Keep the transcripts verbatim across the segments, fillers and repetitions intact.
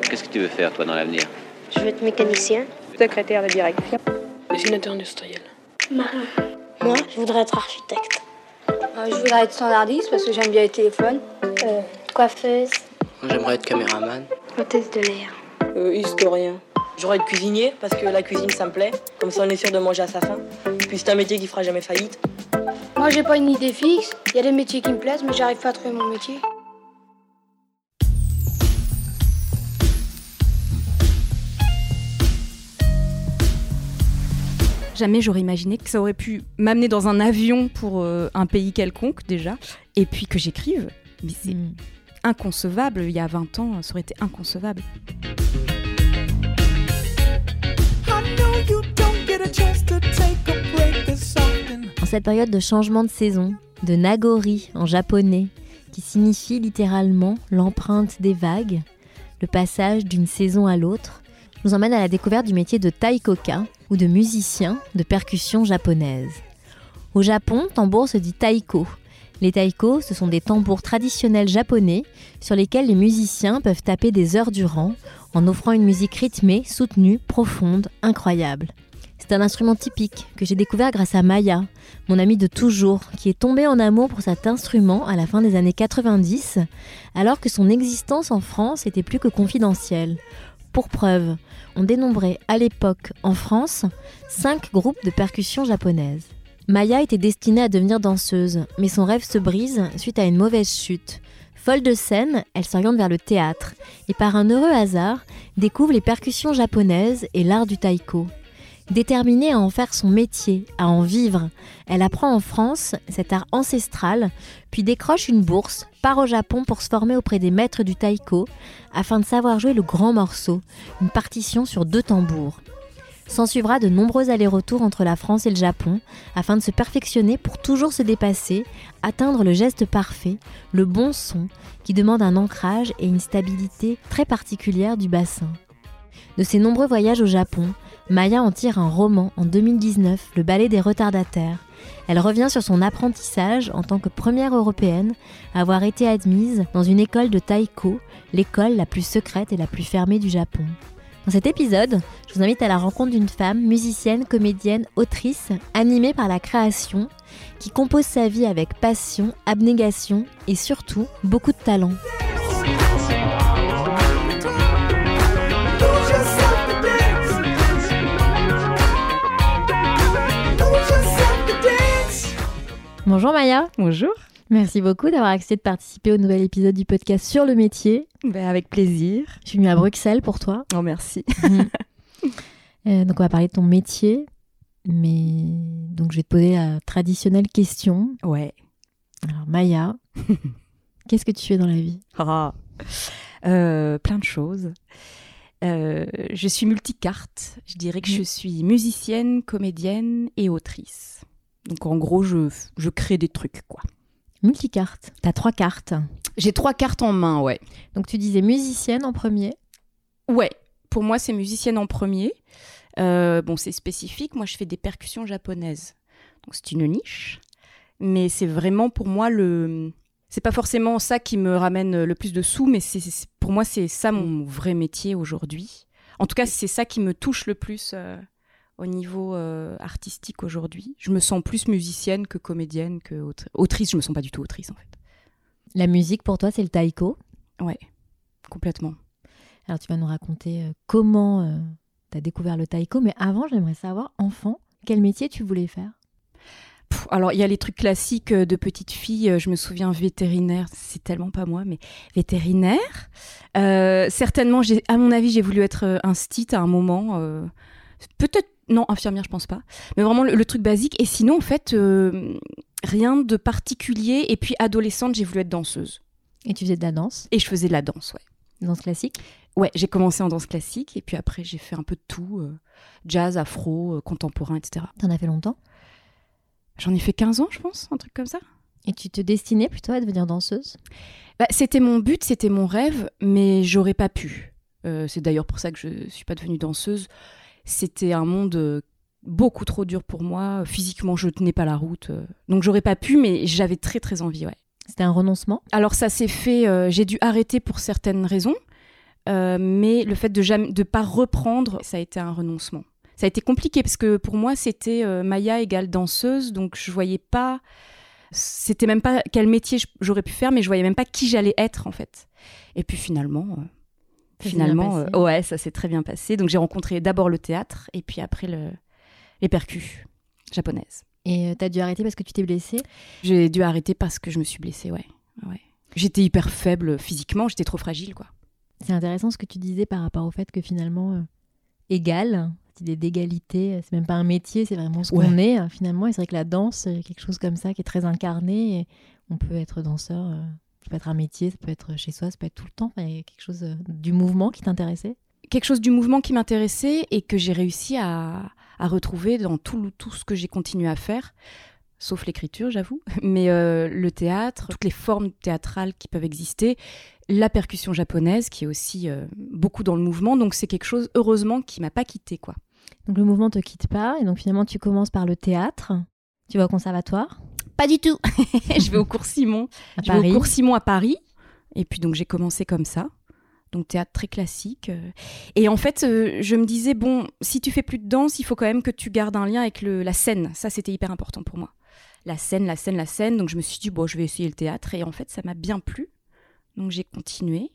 Qu'est-ce que tu veux faire, toi, dans l'avenir? Je veux être mécanicien. Secrétaire de direction. Dessinateur industriel. Marin. Moi, je voudrais être architecte. Euh, je voudrais être standardiste parce que j'aime bien les téléphones. Euh, coiffeuse. Moi, j'aimerais être caméraman. Hôtesse de l'air. Euh, historien. J'aurais être cuisinier parce que la cuisine, ça me plaît. Comme ça, on est sûr de manger à sa faim. Puis c'est un métier qui fera jamais faillite. Moi, j'ai pas une idée fixe. Il y a des métiers qui me plaisent, mais j'arrive pas à trouver mon métier. Jamais j'aurais imaginé que ça aurait pu m'amener dans un avion pour euh, un pays quelconque déjà, et puis que j'écrive. Mais c'est mmh. inconcevable, il y a vingt ans, ça aurait été inconcevable. En cette période de changement de saison, de Nagori en japonais, qui signifie littéralement l'empreinte des vagues, le passage d'une saison à l'autre, nous emmène à la découverte du métier de taikoka, ou de musicien de percussion japonaise. Au Japon, tambour se dit taiko. Les taiko, ce sont des tambours traditionnels japonais sur lesquels les musiciens peuvent taper des heures durant en offrant une musique rythmée, soutenue, profonde, incroyable. C'est un instrument typique que j'ai découvert grâce à Maya, mon amie de toujours, qui est tombée en amour pour cet instrument à la fin des années quatre-vingt-dix, alors que son existence en France était plus que confidentielle. Pour preuve, on dénombrait à l'époque, en France, cinq groupes de percussion japonaises. Maya était destinée à devenir danseuse, mais son rêve se brise suite à une mauvaise chute. Folle de scène, elle s'oriente vers le théâtre et par un heureux hasard, découvre les percussions japonaises et l'art du taiko. Déterminée à en faire son métier, à en vivre, elle apprend en France cet art ancestral, puis décroche une bourse, part au Japon pour se former auprès des maîtres du taiko, afin de savoir jouer le grand morceau, une partition sur deux tambours. S'ensuivra de nombreux allers-retours entre la France et le Japon, afin de se perfectionner pour toujours se dépasser, atteindre le geste parfait, le bon son, qui demande un ancrage et une stabilité très particulière du bassin. De ses nombreux voyages au Japon, Maya en tire un roman en deux mille dix-neuf, Le ballet des retardataires. Elle revient sur son apprentissage en tant que première européenne à avoir été admise dans une école de taiko, l'école la plus secrète et la plus fermée du Japon. Dans cet épisode, je vous invite à la rencontre d'une femme, musicienne, comédienne, autrice, animée par la création, qui compose sa vie avec passion, abnégation et surtout beaucoup de talent. Bonjour Maya. Bonjour. Merci beaucoup d'avoir accepté de participer au nouvel épisode du podcast sur le métier. Ben avec plaisir. Je suis venue à Bruxelles pour toi. Oh merci. Mmh. euh, donc on va parler de ton métier, mais donc je vais te poser la traditionnelle question. Ouais. Alors Maya, qu'est-ce que tu fais dans la vie? Ah. euh, Plein de choses. Euh, je suis multicarte. Je dirais que mmh. je suis musicienne, comédienne et autrice. Donc en gros, je, je crée des trucs, quoi. Multicarte. T'as trois cartes. J'ai trois cartes en main, ouais. Donc tu disais musicienne en premier. Ouais, pour moi c'est musicienne en premier. Euh, bon, c'est spécifique. Moi, je fais des percussions japonaises. Donc c'est une niche. Mais c'est vraiment pour moi le... C'est pas forcément ça qui me ramène le plus de sous, mais c'est, c'est, pour moi, c'est ça mon vrai métier aujourd'hui. En tout cas, c'est ça qui me touche le plus... Euh... au niveau euh, artistique aujourd'hui. Je me sens plus musicienne que comédienne, que autri- autrice. Je me sens pas du tout autrice, en fait. La musique, pour toi, c'est le taiko? Ouais, complètement. Alors, tu vas nous raconter euh, comment euh, tu as découvert le taiko, mais avant, j'aimerais savoir, enfant, quel métier tu voulais faire? Pff, alors, il y a les trucs classiques de petite fille. Je me souviens, vétérinaire, c'est tellement pas moi, mais vétérinaire. Euh, certainement, j'ai, à mon avis, j'ai voulu être instit à un moment. Euh, peut-être Non, infirmière, je pense pas. Mais vraiment, le, le truc basique. Et sinon, en fait, euh, rien de particulier. Et puis, adolescente, j'ai voulu être danseuse. Et tu faisais de la danse? Et je faisais de la danse, ouais. Danse classique? Ouais, j'ai commencé en danse classique. Et puis après, j'ai fait un peu de tout. Euh, jazz, afro, euh, contemporain, et cetera. T'en as fait longtemps? J'en ai fait quinze ans, je pense, un truc comme ça. Et tu te destinais plutôt à devenir danseuse? Bah, c'était mon but, c'était mon rêve, mais j'aurais pas pu. Euh, c'est d'ailleurs pour ça que je suis pas devenue danseuse. C'était un monde beaucoup trop dur pour moi. Physiquement, je tenais pas la route. Donc, j'aurais pas pu, mais j'avais très, très envie, ouais. C'était un renoncement? Alors, ça s'est fait... Euh, j'ai dû arrêter pour certaines raisons. Euh, mais le fait de jamais, de pas reprendre, ça a été un renoncement. Ça a été compliqué parce que pour moi, c'était euh, Maya égale danseuse, donc je voyais pas... C'était même pas quel métier j'aurais pu faire, mais je voyais même pas qui j'allais être, en fait. Et puis finalement... Euh, finalement, euh, ouais, ça s'est très bien passé. Donc j'ai rencontré d'abord le théâtre, et puis après le, les percus japonaises. Et euh, t'as dû arrêter parce que tu t'es blessée ? J'ai dû arrêter parce que je me suis blessée, ouais. ouais. J'étais hyper faible physiquement, j'étais trop fragile, quoi. C'est intéressant ce que tu disais par rapport au fait que finalement, euh, égal, cette idée d'égalité, c'est même pas un métier, c'est vraiment ce ouais. qu'on est, hein, finalement. Et c'est vrai que la danse, c'est quelque chose comme ça qui est très incarné. Et on peut être danseur, euh, ça peut être un métier, ça peut être chez soi, ça peut être tout le temps. Enfin, il y a quelque chose euh, du mouvement qui t'intéressait ? Quelque chose du mouvement qui m'intéressait et que j'ai réussi à, à retrouver dans tout, tout ce que j'ai continué à faire. Sauf l'écriture, j'avoue, mais euh, le théâtre, toutes les formes théâtrales qui peuvent exister, la percussion japonaise qui est aussi euh, beaucoup dans le mouvement, donc c'est quelque chose, heureusement, qui m'a pas quittée, quoi. Donc le mouvement te quitte pas, et donc finalement tu commences par le théâtre, tu vas au conservatoire ? Pas du tout. Je vais au cours Simon, à je Paris. vais au cours Simon à Paris, et puis donc j'ai commencé comme ça. Donc théâtre très classique. Et en fait, euh, je me disais, bon, si tu fais plus de danse, il faut quand même que tu gardes un lien avec le, la scène. Ça, c'était hyper important pour moi. La scène, la scène, la scène. Donc je me suis dit, bon, je vais essayer le théâtre. Et en fait, ça m'a bien plu. Donc j'ai continué.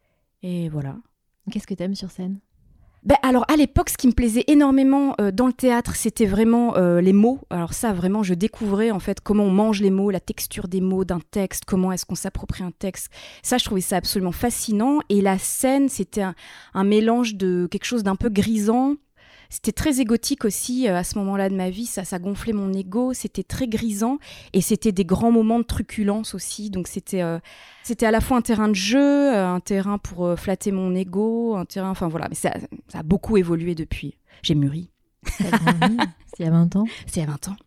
Et voilà. Qu'est-ce que t'aimes sur scène ? Ben, alors à l'époque, ce qui me plaisait énormément euh, dans le théâtre, c'était vraiment euh, les mots. Alors ça, vraiment, je découvrais en fait comment on mange les mots, la texture des mots d'un texte, comment est-ce qu'on s'approprie un texte. Ça, je trouvais ça absolument fascinant. Et la scène, c'était un, un mélange de quelque chose d'un peu grisant. C'était très égotique aussi euh, à ce moment-là de ma vie. Ça, ça gonflait mon ego. C'était très grisant. Et c'était des grands moments de truculence aussi. Donc c'était, euh, c'était à la fois un terrain de jeu, euh, un terrain pour euh, flatter mon ego, un terrain... Enfin voilà, mais ça, ça a beaucoup évolué depuis. J'ai mûri. T'as grandi, c'est il y a vingt ans. C'est il y a vingt ans.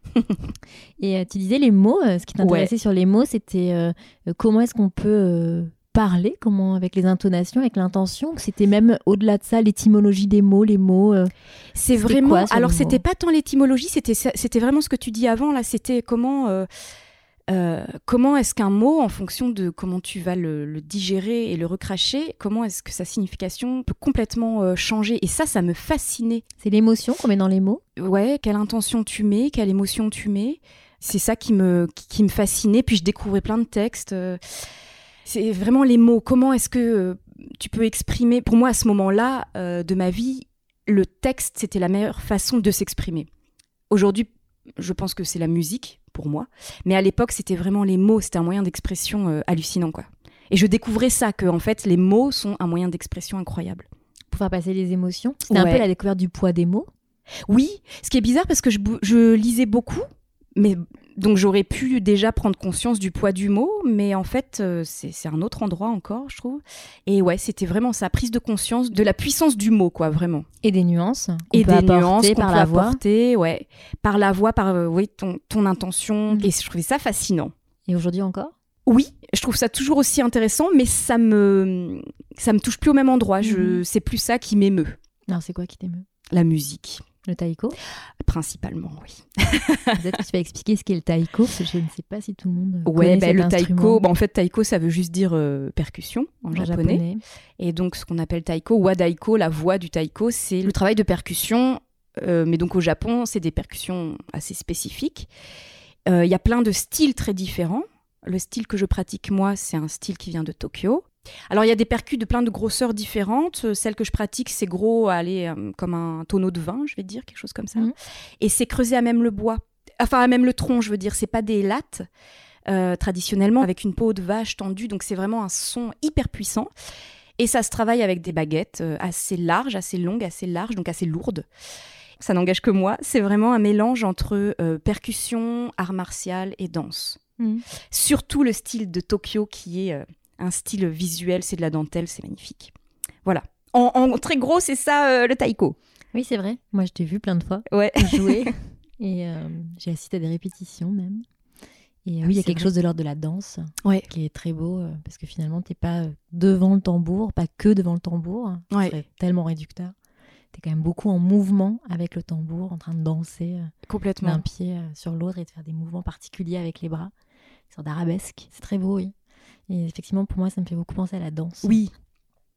Et euh, tu disais les mots, euh, ce qui t'intéressait Ouais. sur les mots, c'était euh, euh, comment est-ce qu'on peut... Euh, parler, comment, avec les intonations, avec l'intention, que c'était même au-delà de ça, l'étymologie des mots, les mots. Euh, c'est vraiment. Quoi, alors, c'était pas tant l'étymologie, c'était, c'était vraiment ce que tu dis avant, là, c'était comment. Euh, euh, comment est-ce qu'un mot, en fonction de comment tu vas le, le digérer et le recracher, comment est-ce que sa signification peut complètement euh, changer. Et ça, ça me fascinait. C'est l'émotion qu'on met dans les mots ? Ouais, quelle intention tu mets, quelle émotion tu mets. C'est ça qui me, qui, qui me fascinait. Puis je découvrais plein de textes. Euh, C'est vraiment les mots. Comment est-ce que euh, tu peux exprimer... Pour moi, à ce moment-là euh, de ma vie, le texte, c'était la meilleure façon de s'exprimer. Aujourd'hui, je pense que c'est la musique, pour moi. Mais à l'époque, c'était vraiment les mots. C'était un moyen d'expression euh, hallucinant, quoi. Et je découvrais ça, que en fait, les mots sont un moyen d'expression incroyable. Pour faire passer les émotions. C'était ouais. un peu la découverte du poids des mots. Oui, ce qui est bizarre, parce que je, je lisais beaucoup, mais... Donc j'aurais pu déjà prendre conscience du poids du mot, mais en fait, euh, c'est, c'est un autre endroit encore, je trouve. Et ouais, c'était vraiment sa prise de conscience de la puissance du mot, quoi, vraiment. Et des nuances. Et des nuances qu'on par peut la apporter, voix. Ouais, par la voix, par euh, oui, ton, ton intention. Mmh. Et je trouvais ça fascinant. Et aujourd'hui encore ? Oui, je trouve ça toujours aussi intéressant, mais ça me, ça me touche plus au même endroit. Mmh. Je, c'est plus ça qui m'émeut. Alors c'est quoi qui t'émeut ? La musique. Le taïko ? Principalement, oui. Peut-être que tu vas expliquer ce qu'est le taïko, parce que je ne sais pas si tout le monde ouais, connaît bah, cet le instrument. taïko, bah, en fait, taïko, ça veut juste dire euh, percussion en, en japonais. japonais. Et donc, ce qu'on appelle taïko, wadaiko, la voix du taïko, c'est le travail de percussion. Euh, mais donc, au Japon, c'est des percussions assez spécifiques. Il euh, y a plein de styles très différents. Le style que je pratique, moi, c'est un style qui vient de Tokyo. Alors, il y a des percus de plein de grosseurs différentes. Celle que je pratique, c'est gros, allez, euh, comme un tonneau de vin, je vais dire, quelque chose comme ça. Mmh. Et c'est creusé à même le bois. Enfin, à même le tronc, je veux dire. C'est pas des lattes, euh, traditionnellement, avec une peau de vache tendue. Donc, c'est vraiment un son hyper puissant. Et ça se travaille avec des baguettes euh, assez larges, assez longues, assez larges, donc assez lourdes. Ça n'engage que moi. C'est vraiment un mélange entre euh, percussion, art martial et danse. Mmh. Surtout le style de Tokyo qui est... Euh, un style visuel, c'est de la dentelle, c'est magnifique. Voilà. En, en très gros, c'est ça euh, le taïko. Oui, c'est vrai. Moi, je t'ai vu plein de fois ouais. jouer. Et euh, j'ai assisté à des répétitions même. Et euh, oui, il y a quelque vrai. chose de l'ordre de la danse ouais. qui est très beau. Euh, parce que finalement, tu n'es pas devant le tambour, pas que devant le tambour. Ce ouais. serait tellement réducteur. Tu es quand même beaucoup en mouvement avec le tambour, en train de danser euh, complètement d'un pied euh, sur l'autre et de faire des mouvements particuliers avec les bras. Une sorte d'arabesque. C'est très beau, oui. Et effectivement, pour moi, ça me fait beaucoup penser à la danse. Oui,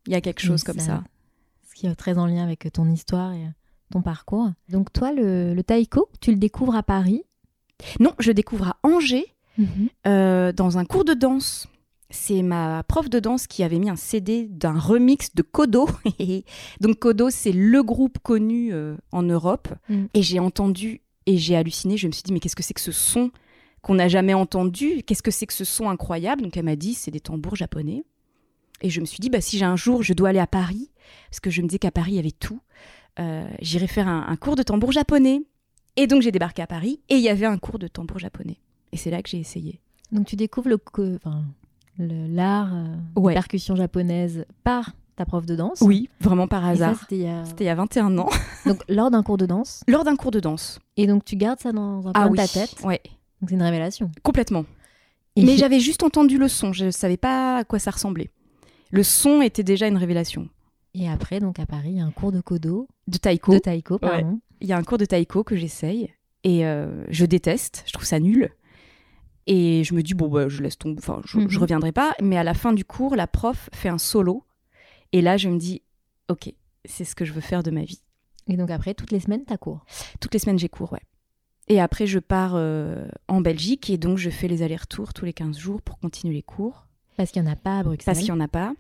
Il y a quelque chose Et comme ça- ça. Ce qui est très en lien avec ton histoire et ton parcours. Donc toi, le, le taïko, tu le découvres à Paris. Non, je découvre à Angers, Mhm. euh, dans un cours de danse. C'est ma prof de danse qui avait mis un C D d'un remix de Kodo. Donc Kodo, c'est le groupe connu euh, en Europe. Mm. Et j'ai entendu et j'ai halluciné. Je me suis dit, mais qu'est-ce que c'est que ce son qu'on n'a jamais entendu? Qu'est-ce que c'est que ce son incroyable? Donc elle m'a dit, c'est des tambours japonais. Et je me suis dit, bah, si j'ai un jour, je dois aller à Paris, parce que je me disais qu'à Paris, il y avait tout, euh, j'irai faire un, un cours de tambour japonais. Et donc j'ai débarqué à Paris et il y avait un cours de tambour japonais. Et c'est là que j'ai essayé. Donc tu découvres le, co- enfin, le- l'art euh, Ouais. des percussions japonaises par ta prof de danse. Oui, vraiment par Et ça, hasard. c'était il y a- C'était il y a vingt et un ans, donc lors d'un cours de danse. lors d'un cours de danse. Et donc tu gardes ça dans un coin Ah de oui, ta tête. ouais, Donc c'est une révélation. complètement. Et Mais j'avais juste entendu le son, je ne savais pas à quoi ça ressemblait. Le son était déjà une révélation. Et après, donc à Paris, il y a un cours de kodo, De taïko, de taïko, pardon. il y a un cours de taïko que j'essaye et euh, je déteste, je trouve ça nul. Et je me dis, bon, bah, je laisse tomber, enfin, je, Mhm. je reviendrai pas. Mais à la fin du cours, la prof fait un solo. Et là, je me dis, ok, c'est ce que je veux faire de ma vie. Et donc après, toutes les semaines, t'as cours. Toutes les semaines, j'ai cours, ouais. Et après, je pars euh, en Belgique et donc je fais les allers-retours tous les quinze jours pour continuer les cours. Parce qu'il n'y en a pas à Bruxelles. Parce qu'il n'y en a pas.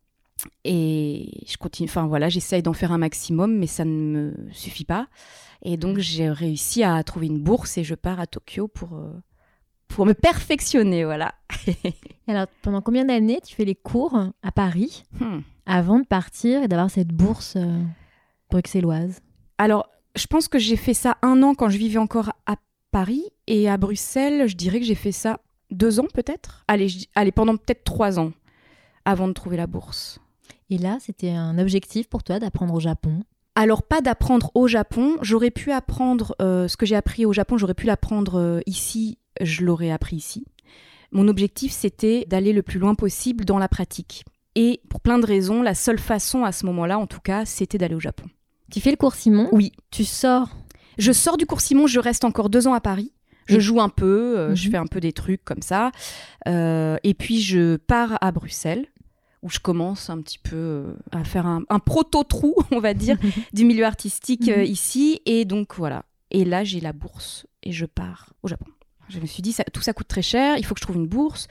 Et je continue, enfin voilà, j'essaye d'en faire un maximum, mais ça ne me suffit pas. Et donc, j'ai réussi à trouver une bourse et je pars à Tokyo pour, euh, pour me perfectionner, voilà. Et alors, pendant combien d'années tu fais les cours à Paris Hmm. avant de partir et d'avoir cette bourse euh, bruxelloise? Alors, je pense que j'ai fait ça un an quand je vivais encore à Paris. Et à Bruxelles, je dirais que j'ai fait ça deux ans peut-être. Allez, je- allez pendant peut-être trois ans avant de trouver la bourse. Et là, c'était un objectif pour toi d'apprendre au Japon. Alors, pas d'apprendre au Japon. J'aurais pu apprendre euh, ce que j'ai appris au Japon, j'aurais pu l'apprendre euh, ici, je l'aurais appris ici. Mon objectif, c'était d'aller le plus loin possible dans la pratique. Et pour plein de raisons, la seule façon à ce moment-là, en tout cas, c'était d'aller au Japon. Tu fais le cours Simon. Oui. Tu sors. Je sors du cours Simon, je reste encore deux ans à Paris. Je Et- joue un peu, euh, je Mhm. fais un peu des trucs comme ça. Euh, et puis, je pars à Bruxelles, où je commence un petit peu euh, à faire un, un proto-trou, on va dire, du milieu artistique euh, Mhm. ici. Et donc, voilà. Et là, j'ai la bourse et je pars au Japon. Je me suis dit, ça, tout ça coûte très cher, il faut que je trouve une bourse.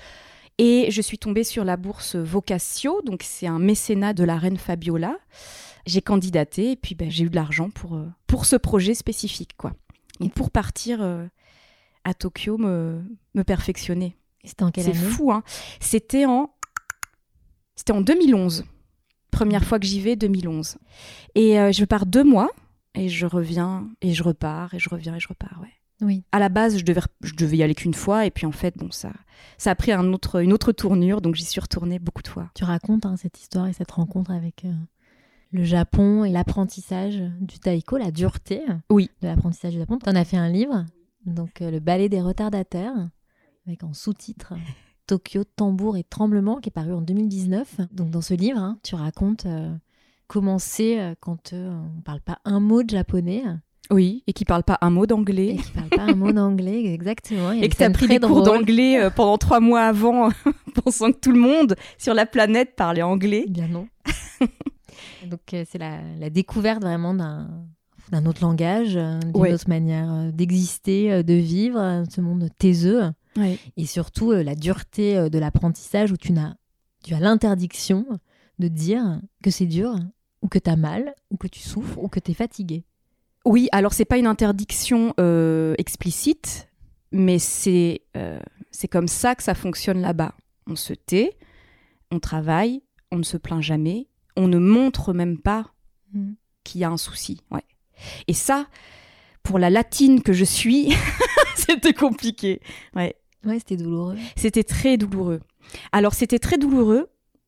Et je suis tombée sur la bourse Vocatio, donc c'est un mécénat de la reine Fabiola. J'ai candidaté et puis ben, j'ai eu de l'argent pour, euh, pour ce projet spécifique, quoi. Donc, pour partir euh, à Tokyo, me, me perfectionner. Et c'était en quelle C'est année? fou, hein. C'était en... C'était en deux mille onze. Première fois que j'y vais, deux mille onze. Et euh, je pars deux mois et je reviens et je repars et je reviens et je repars, ouais. Oui. À la base, je devais, je devais y aller qu'une fois et puis en fait, bon, ça, ça a pris un autre, une autre tournure, donc j'y suis retournée beaucoup de fois. Tu racontes hein, cette histoire et cette rencontre avec euh, le Japon et l'apprentissage du taïko, la dureté Oui. de l'apprentissage du Japon. Tu en as fait un livre, donc euh, Le ballet des retardataires, avec en sous-titre Tokyo, tambour et tremblement, qui est paru en deux mille dix-neuf. Donc dans ce livre, hein, tu racontes euh, comment c'est euh, quand euh, on ne parle pas un mot de japonais Oui, et qui parle pas un mot et d'anglais. qui ne parle pas un mot d'anglais, exactement. Il y a Et des que tu as scènes pris très des cours drôles. d'anglais euh, pendant trois mois avant, pensant que tout le monde sur la planète parlait anglais. Eh bien non. Donc euh, c'est la, la découverte vraiment d'un, d'un autre langage, euh, d'une Ouais. autre manière euh, d'exister, euh, de vivre, euh, ce monde taiseux. Ouais. Et surtout euh, la dureté euh, de l'apprentissage où tu, n'as, tu as l'interdiction de dire que c'est dur, ou que tu as mal, ou que tu souffres, ou que tu es fatigué. Oui, alors c'est pas une interdiction euh, explicite, mais c'est euh, c'est comme ça que ça fonctionne là-bas. On se tait, on travaille, on ne se plaint jamais, on ne montre même pas Mhm. qu'il y a un souci. Ouais. Et ça, pour la latine que je suis, c'était compliqué. Ouais. Ouais, c'était douloureux. C'était très douloureux. Alors, c'était très douloureux.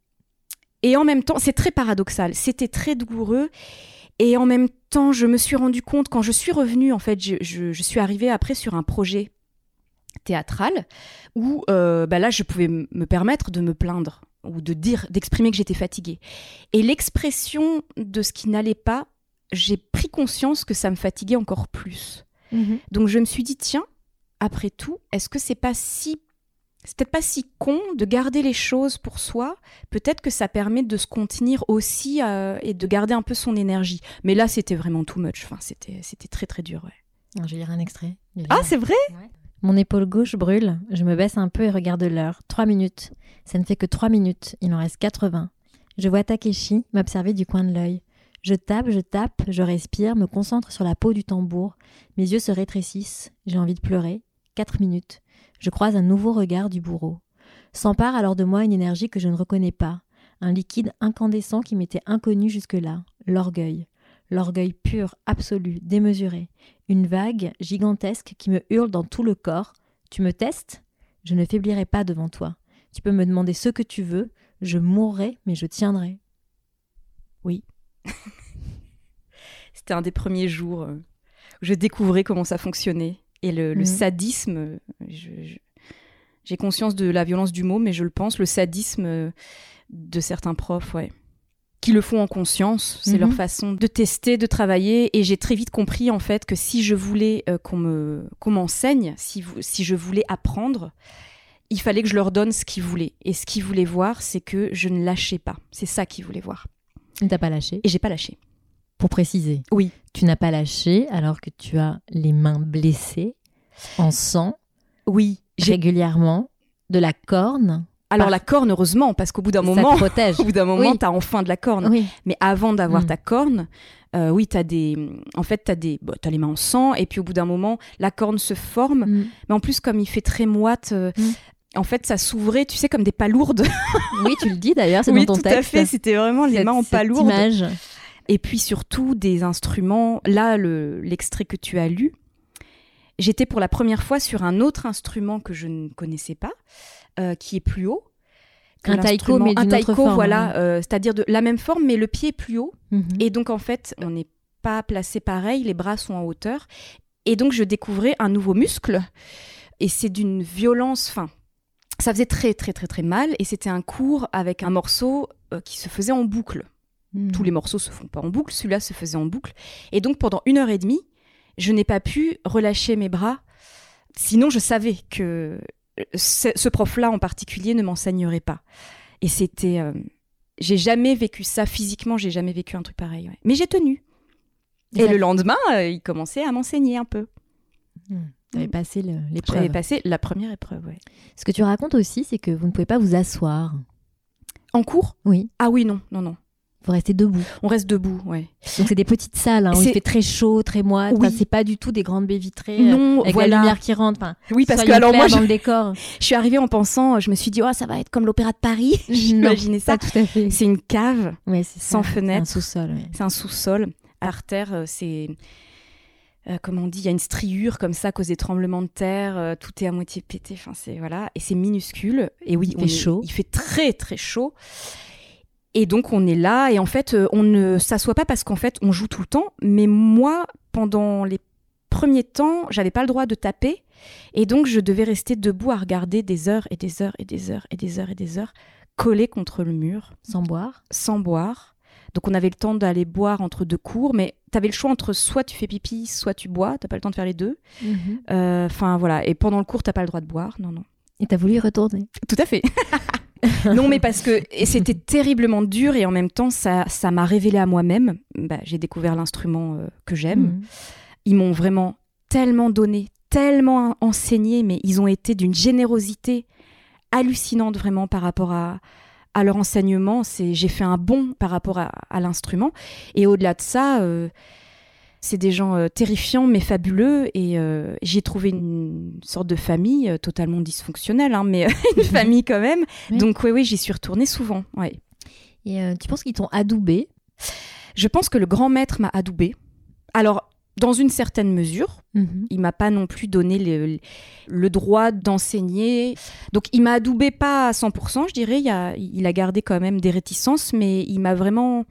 Et en même temps, c'est très paradoxal. C'était très douloureux. Et en même temps, je me suis rendu compte, quand je suis revenue, en fait, je, je, je suis arrivée après sur un projet théâtral où euh, bah là, je pouvais m- me permettre de me plaindre ou de dire, d'exprimer que j'étais fatiguée. Et l'expression de ce qui n'allait pas, j'ai pris conscience que ça me fatiguait encore plus. Donc je me suis dit, tiens, après tout, est-ce que c'est pas si c'est peut-être pas si con de garder les choses pour soi. Peut-être que ça permet de se contenir aussi euh, et de garder un peu son énergie. Mais là, c'était vraiment too much. Enfin, c'était, c'était très, très dur. Ouais. Non, je vais lire un extrait. Lire... Ah, c'est vrai ? Ouais. Mon épaule gauche brûle. Je me baisse un peu et regarde l'heure. Trois minutes. Ça ne fait que trois minutes. Il en reste quatre-vingts. Je vois Takeshi m'observer du coin de l'œil. Je tape, je tape, je respire, me concentre sur la peau du tambour. Mes yeux se rétrécissent. J'ai envie de pleurer. Quatre minutes. Je croise un nouveau regard du bourreau. S'empare alors de moi une énergie que je ne reconnais pas. Un liquide incandescent qui m'était inconnu jusque-là. L'orgueil. L'orgueil pur, absolu, démesuré. Une vague gigantesque qui me hurle dans tout le corps. Tu me testes ? Je ne faiblirai pas devant toi. Tu peux me demander ce que tu veux. Je mourrai, mais je tiendrai. Oui. C'était un des premiers jours où je découvrais comment ça fonctionnait. Et le, mmh. le sadisme, je, je, j'ai conscience de la violence du mot, mais je le pense, le sadisme de certains profs, ouais, qui le font en conscience, c'est mmh. leur façon de tester, de travailler. Et j'ai très vite compris, en fait, que si je voulais euh, qu'on, me, qu'on m'enseigne, si, si je voulais apprendre, il fallait que je leur donne ce qu'ils voulaient. Et ce qu'ils voulaient voir, c'est que je ne lâchais pas. C'est ça qu'ils voulaient voir. Tu n'as pas lâché ? Et j'ai pas lâché. Pour préciser, oui. Tu n'as pas lâché alors que tu as les mains blessées, en sang, oui, j'ai... régulièrement, de la corne. Alors par... la corne, heureusement, parce qu'au bout d'un ça moment, te protège. au bout d'un moment, oui. t'as enfin de la corne. Oui. Mais avant d'avoir mmh. ta corne, euh, oui, t'as des, en fait, t'as des, bon, t'as les mains en sang, et puis au bout d'un moment, la corne se forme. Mmh. Mais en plus, comme il fait très moite. Euh, mmh. En fait, ça s'ouvrait, tu sais, comme des palourdes. Oui, tu le dis d'ailleurs, c'est oui, dans ton texte. texte. Oui, tout à fait, c'était vraiment les cette, mains en palourdes. Image. Et puis surtout, des instruments. Là, le, l'extrait que tu as lu, j'étais pour la première fois sur un autre instrument que je ne connaissais pas, euh, qui est plus haut. Un taiko, mais d'une un taiko, autre forme. Voilà, ouais. euh, c'est-à-dire de la même forme, mais le pied est plus haut. Mm-hmm. Et donc, en fait, on n'est pas placé pareil, les bras sont en hauteur. Et donc, je découvrais un nouveau muscle. Et c'est d'une violence... Enfin, ça faisait très, très, très, très mal. Et c'était un cours avec un morceau euh, qui se faisait en boucle. Mmh. Tous les morceaux se font pas en boucle. Celui-là se faisait en boucle. Et donc, pendant une heure et demie, je n'ai pas pu relâcher mes bras. Sinon, je savais que ce, ce prof-là, en particulier, ne m'enseignerait pas. Et c'était... Euh, j'ai jamais vécu ça physiquement. J'ai jamais vécu un truc pareil. Ouais. Mais j'ai tenu. Et, et le lendemain, euh, il commençait à m'enseigner un peu. Mmh. Tu avais passé le, l'épreuve. J'avais passé la première épreuve, oui. Ce que tu racontes aussi, c'est que vous ne pouvez pas vous asseoir. En cours ? Oui. Ah oui, non, non, non. Vous restez debout. On reste debout, ouais. Donc c'est des petites salles, hein, où il fait très chaud, très moite. Oui. Enfin, c'est pas du tout des grandes baies vitrées non, avec voilà. la lumière qui rentre. Enfin, oui, parce que alors moi, dans je... le décor. je suis arrivée en pensant, je me suis dit, oh, ça va être comme l'Opéra de Paris. J'imaginais ça. Pas tout à fait. C'est une cave, ouais, c'est sans ça. fenêtre. C'est un sous-sol. Ouais. C'est un sous-sol. Par terre, c'est... Euh, comme on dit, il y a une striure comme ça à cause des tremblements de terre, euh, tout est à moitié pété, enfin c'est voilà, et c'est minuscule. Et oui, il on fait est, chaud. Il fait très très chaud. Et donc on est là, et en fait euh, on ne s'assoit pas parce qu'en fait on joue tout le temps. Mais moi, pendant les premiers temps, j'avais pas le droit de taper, et donc je devais rester debout à regarder des heures et des heures et des heures et des heures et des heures, collé contre le mur, sans boire, sans boire. Donc on avait le temps d'aller boire entre deux cours, mais t'avais le choix entre soit tu fais pipi, soit tu bois, t'as pas le temps de faire les deux. Enfin mmh. euh, voilà, et pendant le cours t'as pas le droit de boire, non non. Et t'as voulu y retourner ? Tout à fait. Non, mais parce que et c'était terriblement dur, et en même temps ça, ça m'a révélé à moi-même. Bah, j'ai découvert l'instrument euh, que j'aime. Mmh. Ils m'ont vraiment tellement donné, tellement enseigné, mais ils ont été d'une générosité hallucinante vraiment par rapport à à leur enseignement. C'est, j'ai fait un bond par rapport à, à l'instrument. Et au-delà de ça, euh, c'est des gens euh, terrifiants mais fabuleux. Et euh, j'ai trouvé une sorte de famille euh, totalement dysfonctionnelle, hein, mais une famille quand même. Oui. Donc oui, oui, j'y suis retournée souvent. Ouais. Et euh, tu penses qu'ils t'ont adoubé ? Je pense que le grand maître m'a adoubé. Alors, dans une certaine mesure, mmh. il m'a pas non plus donné le, le droit d'enseigner. Donc, il m'a adoubé pas à cent pour cent, je dirais. Il a, il a gardé quand même des réticences, mais il m'a vraiment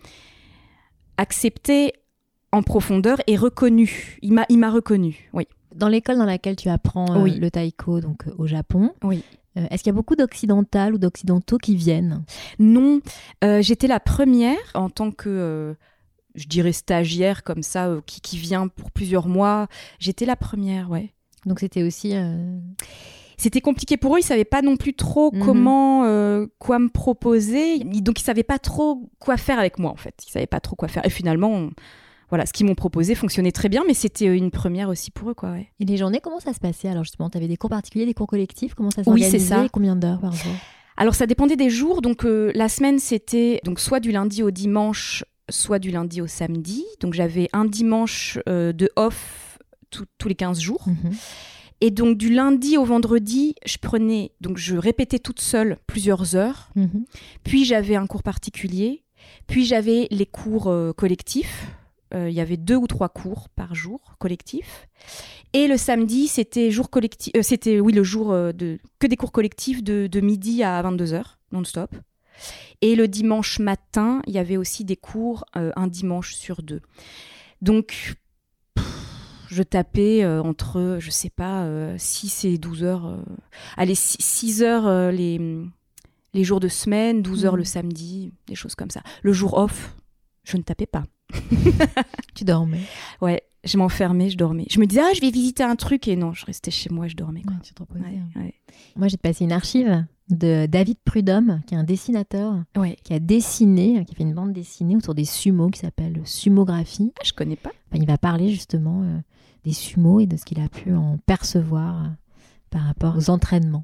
accepté en profondeur et reconnu. Il m'a, il m'a reconnu, oui. Dans l'école dans laquelle tu apprends euh, oui. le taiko, donc euh, au Japon, oui. euh, est-ce qu'il y a beaucoup d'occidentales ou d'occidentaux qui viennent ? Non, euh, j'étais la première en tant que... Euh, je dirais stagiaire comme ça, euh, qui, qui vient pour plusieurs mois. J'étais la première, ouais. Donc c'était aussi... Euh... c'était compliqué pour eux. Ils savaient pas non plus trop mm-hmm. comment, euh, quoi me proposer. Donc, ils savaient pas trop quoi faire avec moi, en fait. Ils savaient pas trop quoi faire. Et finalement, on... voilà, ce qu'ils m'ont proposé fonctionnait très bien, mais c'était une première aussi pour eux, quoi. Ouais. Et les journées, comment ça se passait? Alors, justement, tu avais des cours particuliers, des cours collectifs. Comment ça s'organisait? Oui, c'est ça. Et combien d'heures par jour? Alors, ça dépendait des jours. Donc, euh, la semaine, c'était donc soit du lundi au dimanche, soit du lundi au samedi. Donc, j'avais un dimanche euh, de off tout, tous les quinze jours. Mm-hmm. Et donc, du lundi au vendredi, je prenais, donc je répétais toute seule plusieurs heures. Mm-hmm. Puis, j'avais un cours particulier. Puis, j'avais les cours euh, collectifs. Il euh, y avait deux ou trois cours par jour collectifs. Et le samedi, c'était jour collectif. Euh, c'était, oui, le jour euh, de que des cours collectifs de, de midi à vingt-deux heures, non-stop. Et le dimanche matin, il y avait aussi des cours, euh, un dimanche sur deux. Donc, je tapais euh, entre, je sais pas, euh, six et douze heures. Euh, allez, six heures euh, les, les jours de semaine, douze heures mmh. le samedi, des choses comme ça. Le jour off, je ne tapais pas. Tu dormais? Ouais, je m'enfermais, je dormais. Je me disais, ah, je vais visiter un truc, et non, je restais chez moi, je dormais. Quoi. Ouais, tu te reposais. Ouais, ouais. Moi, j'ai te passé une archive de David Prudhomme, qui est un dessinateur, ouais. qui a dessiné, qui a fait une bande dessinée autour des sumos, qui s'appelle Sumographie. Ah, je connais pas. Enfin, il va parler justement euh, des sumos et de ce qu'il a pu en percevoir euh, par rapport aux entraînements.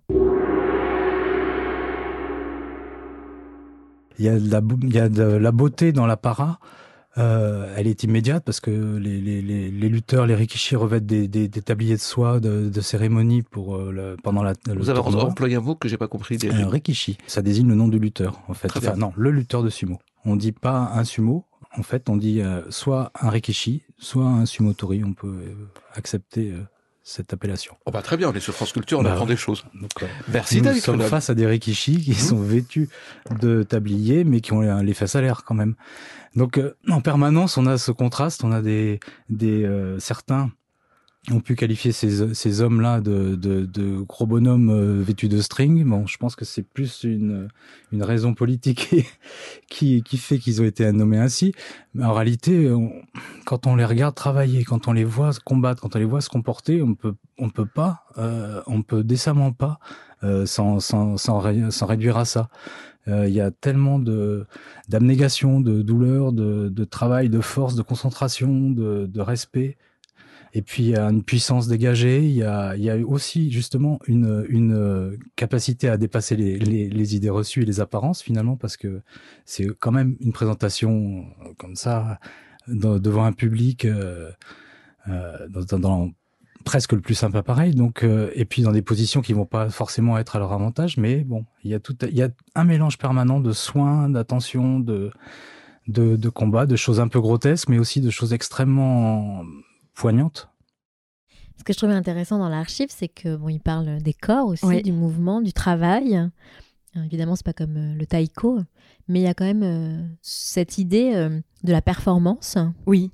Il y a de la, il y a de la beauté dans l'apparat. Euh, elle est immédiate parce que les, les, les, les lutteurs, les rikishi revêtent des, des, des tabliers de soie de, de cérémonie pour euh, le, pendant la. Le Vous avez employé un mot que j'ai pas compris. Des... Un rikishi, ça désigne le nom du lutteur en fait. Enfin non, le lutteur de sumo. On dit pas un sumo. En fait, on dit euh, soit un rikishi, soit un sumotori. On peut euh, accepter euh, cette appellation. Oh bah très bien, on est sur France Culture, on bah, apprend des choses. Donc, euh, Merci nous David. Nous sommes face à des rikishi qui mmh. sont vêtus de tabliers, mais qui ont les, les fesses à l'air quand même. Donc euh, en permanence, on a ce contraste, on a des, des euh, certains ont pu qualifier ces, ces hommes-là de, de, de gros bonhommes euh, vêtus de string. Bon, je pense que c'est plus une, une raison politique qui, qui fait qu'ils ont été nommés ainsi. Mais en réalité, on, quand on les regarde travailler, quand on les voit se combattre, quand on les voit se comporter, on peut, on peut pas, euh, on peut décemment pas euh, s'en, s'en, s'en, s'en réduire à ça. Il euh, y a tellement de d'abnégation, de douleur, de, de travail, de force, de concentration, de, de respect. Et puis il y a une puissance dégagée. Il y a, il y a aussi justement une, une capacité à dépasser les, les, les idées reçues et les apparences finalement, parce que c'est quand même une présentation comme ça dans, devant un public euh, euh, dans, dans presque le plus simple appareil, donc euh, et puis dans des positions qui vont pas forcément être à leur avantage, mais bon, il y a tout, il y a un mélange permanent de soins, d'attention, de de, de combat, de choses un peu grotesques, mais aussi de choses extrêmement poignantes. Ce que je trouvais intéressant dans l'archive, c'est que bon, il parle des corps aussi, oui. du mouvement, du travail. Alors, évidemment, c'est pas comme euh, le taïko, mais il y a quand même euh, cette idée euh, de la performance. Oui.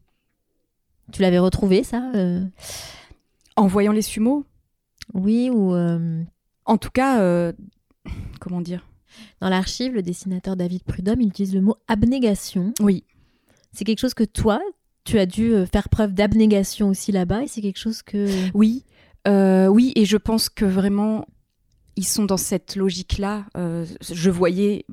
Tu l'avais retrouvé ça euh... En voyant les sumos? Oui, ou... Euh... En tout cas, euh... comment dire? Dans l'archive, le dessinateur David Prudhomme, il utilise le mot abnégation. Oui. C'est quelque chose que toi, tu as dû faire preuve d'abnégation aussi là-bas, et c'est quelque chose que... Oui, euh, oui, et je pense que vraiment, ils sont dans cette logique-là. Euh, je voyais...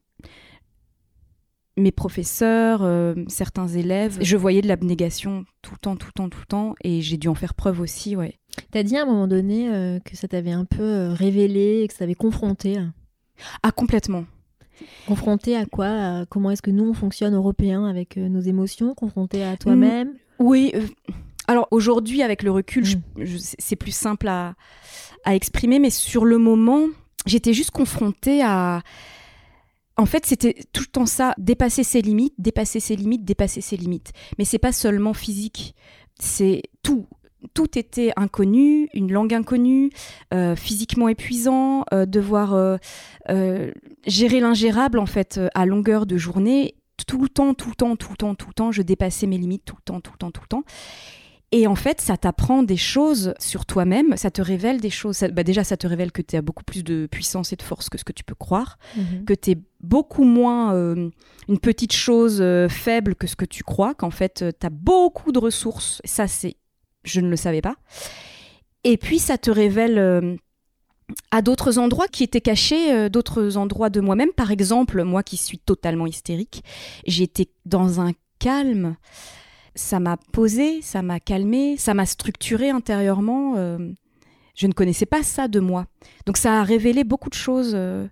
mes professeurs, euh, certains élèves, je voyais de l'abnégation tout le temps, tout le temps, tout le temps, et j'ai dû en faire preuve aussi, ouais. T'as dit à un moment donné euh, que ça t'avait un peu euh, révélé, que ça t'avait confronté. Ah, complètement. Confronté à quoi? À comment est-ce que nous, on fonctionne, Européens, avec euh, nos émotions? Confronté à toi-même? mmh, Oui. Euh, alors, aujourd'hui, avec le recul, mmh. je, je, c'est plus simple à, à exprimer, mais sur le moment, j'étais juste confrontée à... En fait, c'était tout le temps ça, dépasser ses limites, dépasser ses limites, dépasser ses limites. Mais c'est pas seulement physique, c'est tout. Tout était inconnu, une langue inconnue, euh, physiquement épuisant, euh, devoir euh, euh, gérer l'ingérable en fait à longueur de journée. Tout le temps, tout le temps, tout le temps, tout le temps, je dépassais mes limites tout le temps, tout le temps, tout le temps. Et en fait, ça t'apprend des choses sur toi-même, ça te révèle des choses. Ça, bah déjà, ça te révèle que tu as beaucoup plus de puissance et de force que ce que tu peux croire, mmh. que tu es beaucoup moins euh, une petite chose euh, faible que ce que tu crois, qu'en fait, euh, tu as beaucoup de ressources. Ça, c'est, je ne le savais pas. Et puis, ça te révèle euh, à d'autres endroits qui étaient cachés, euh, d'autres endroits de moi-même. Par exemple, moi qui suis totalement hystérique, j'étais dans un calme. Ça m'a posé, ça m'a calmé, ça m'a structuré intérieurement. Euh, je ne connaissais pas ça de moi. Donc ça a révélé beaucoup de choses euh,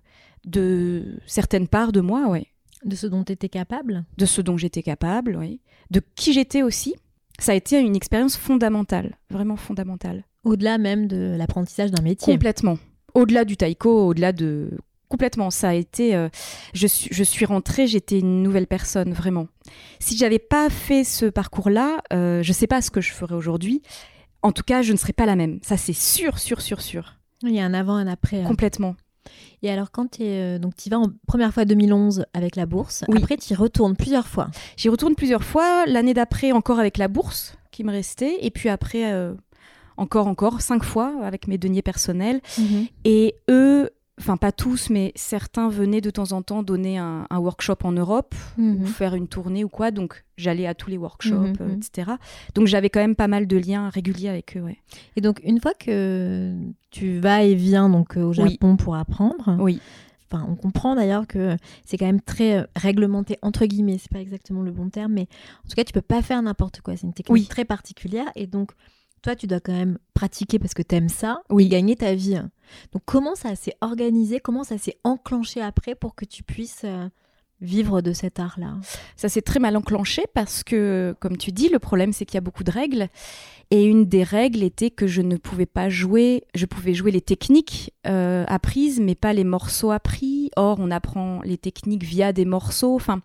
de certaines parts de moi, ouais. De ce dont tu étais capable ? De ce dont j'étais capable, oui. De qui j'étais aussi. Ça a été une expérience fondamentale, vraiment fondamentale. Au-delà même de l'apprentissage d'un métier. Complètement. Au-delà du taïko, au-delà de... Complètement. Ça a été... Euh... Je, suis, je suis rentrée, j'étais une nouvelle personne, vraiment. Si j'avais pas fait ce parcours-là, euh, je sais pas ce que je ferais aujourd'hui. En tout cas, je ne serais pas la même. Ça, c'est sûr, sûr, sûr, sûr. Il y a un avant, un après. Hein. Complètement. Et alors, quand tu euh, y vas en première fois deux mille onze avec la bourse, oui. Après, tu y retournes plusieurs fois. J'y retourne plusieurs fois. L'année d'après, encore avec la bourse qui me restait. Et puis après... Euh... Encore, encore, cinq fois avec mes deniers personnels. Mmh. Et eux, enfin pas tous, mais certains venaient de temps en temps donner un, un workshop en Europe mmh. ou faire une tournée ou quoi. Donc j'allais à tous les workshops, mmh. euh, et cetera. Donc j'avais quand même pas mal de liens réguliers avec eux. Ouais. Et donc une fois que tu vas et viens donc, au Japon oui. pour apprendre, oui. Enfin, on comprend d'ailleurs que c'est quand même très réglementé, entre guillemets, c'est pas exactement le bon terme, mais en tout cas tu peux pas faire n'importe quoi. C'est une technique oui. très particulière et donc toi, tu dois quand même pratiquer parce que tu aimes ça oui. et gagner ta vie. Donc, comment ça s'est organisé, comment ça s'est enclenché après pour que tu puisses euh, vivre de cet art-là ? Ça s'est très mal enclenché parce que, comme tu dis, le problème, c'est qu'il y a beaucoup de règles. Et une des règles était que je ne pouvais pas jouer, je pouvais jouer les techniques euh, apprises, mais pas les morceaux appris. Or, on apprend les techniques via des morceaux. Enfin,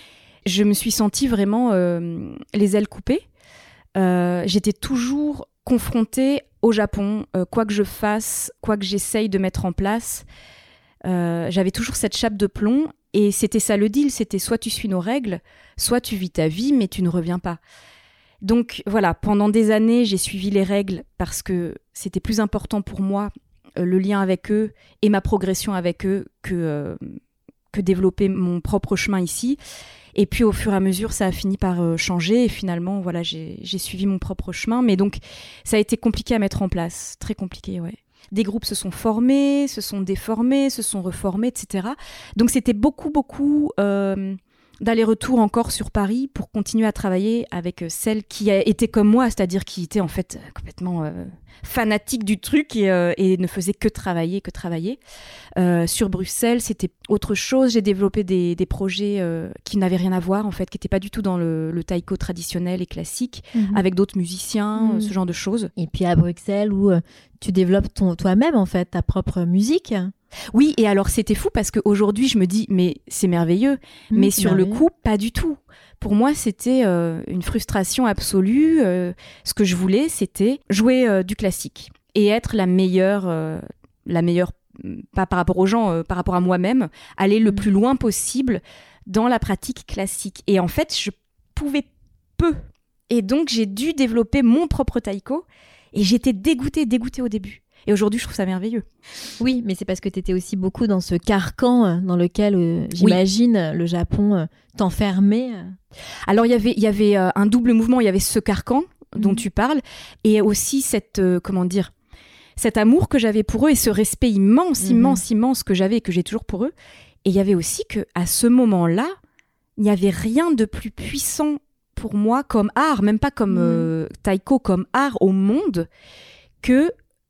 je me suis sentie vraiment euh, les ailes coupées. Euh, j'étais toujours confrontée au Japon, euh, quoi que je fasse, quoi que j'essaye de mettre en place, euh, j'avais toujours cette chape de plomb et c'était ça le deal, c'était soit tu suis nos règles, soit tu vis ta vie mais tu ne reviens pas. Donc voilà, pendant des années j'ai suivi les règles parce que c'était plus important pour moi euh, le lien avec eux et ma progression avec eux que, euh, que développer mon propre chemin ici. Et puis, au fur et à mesure, ça a fini par euh, changer. Et finalement, voilà, j'ai, j'ai suivi mon propre chemin. Mais donc, ça a été compliqué à mettre en place. Très compliqué, ouais. Des groupes se sont formés, se sont déformés, se sont reformés, et cetera. Donc, c'était beaucoup, beaucoup euh, d'aller-retour encore sur Paris pour continuer à travailler avec celles qui étaient comme moi, c'est-à-dire qui étaient en fait complètement euh, fanatiques du truc et, euh, et ne faisaient que travailler, que travailler. Euh, sur Bruxelles, c'était autre chose. J'ai développé des, des projets euh, qui n'avaient rien à voir, en fait, qui n'étaient pas du tout dans le, le taïko traditionnel et classique, mmh. avec d'autres musiciens, mmh. euh, ce genre de choses. Et puis à Bruxelles, où euh, tu développes ton, toi-même, en fait, ta propre musique. Oui, et alors c'était fou parce qu'aujourd'hui, je me dis, mais c'est merveilleux. Mmh, mais sur merveilleux. Le coup, pas du tout. Pour moi, c'était euh, une frustration absolue. Euh, ce que je voulais, c'était jouer euh, du classique et être la meilleure, euh, la meilleure pas par rapport aux gens, euh, par rapport à moi-même, aller le mmh. plus loin possible dans la pratique classique. Et en fait, je pouvais peu. Et donc, j'ai dû développer mon propre taïko. Et j'étais dégoûtée, dégoûtée au début. Et aujourd'hui, je trouve ça merveilleux. Oui, mais c'est parce que tu étais aussi beaucoup dans ce carcan dans lequel, euh, j'imagine, oui. le Japon euh, t'enfermait. Alors, y avait, y avait euh, un double mouvement. Il y avait ce carcan mmh. dont tu parles et aussi cette, euh, comment dire, cet amour que j'avais pour eux et ce respect immense, mmh. immense, immense que j'avais et que j'ai toujours pour eux. Et il y avait aussi qu'à ce moment-là, il n'y avait rien de plus puissant pour moi comme art, même pas comme mmh. euh, taïko, comme art au monde, que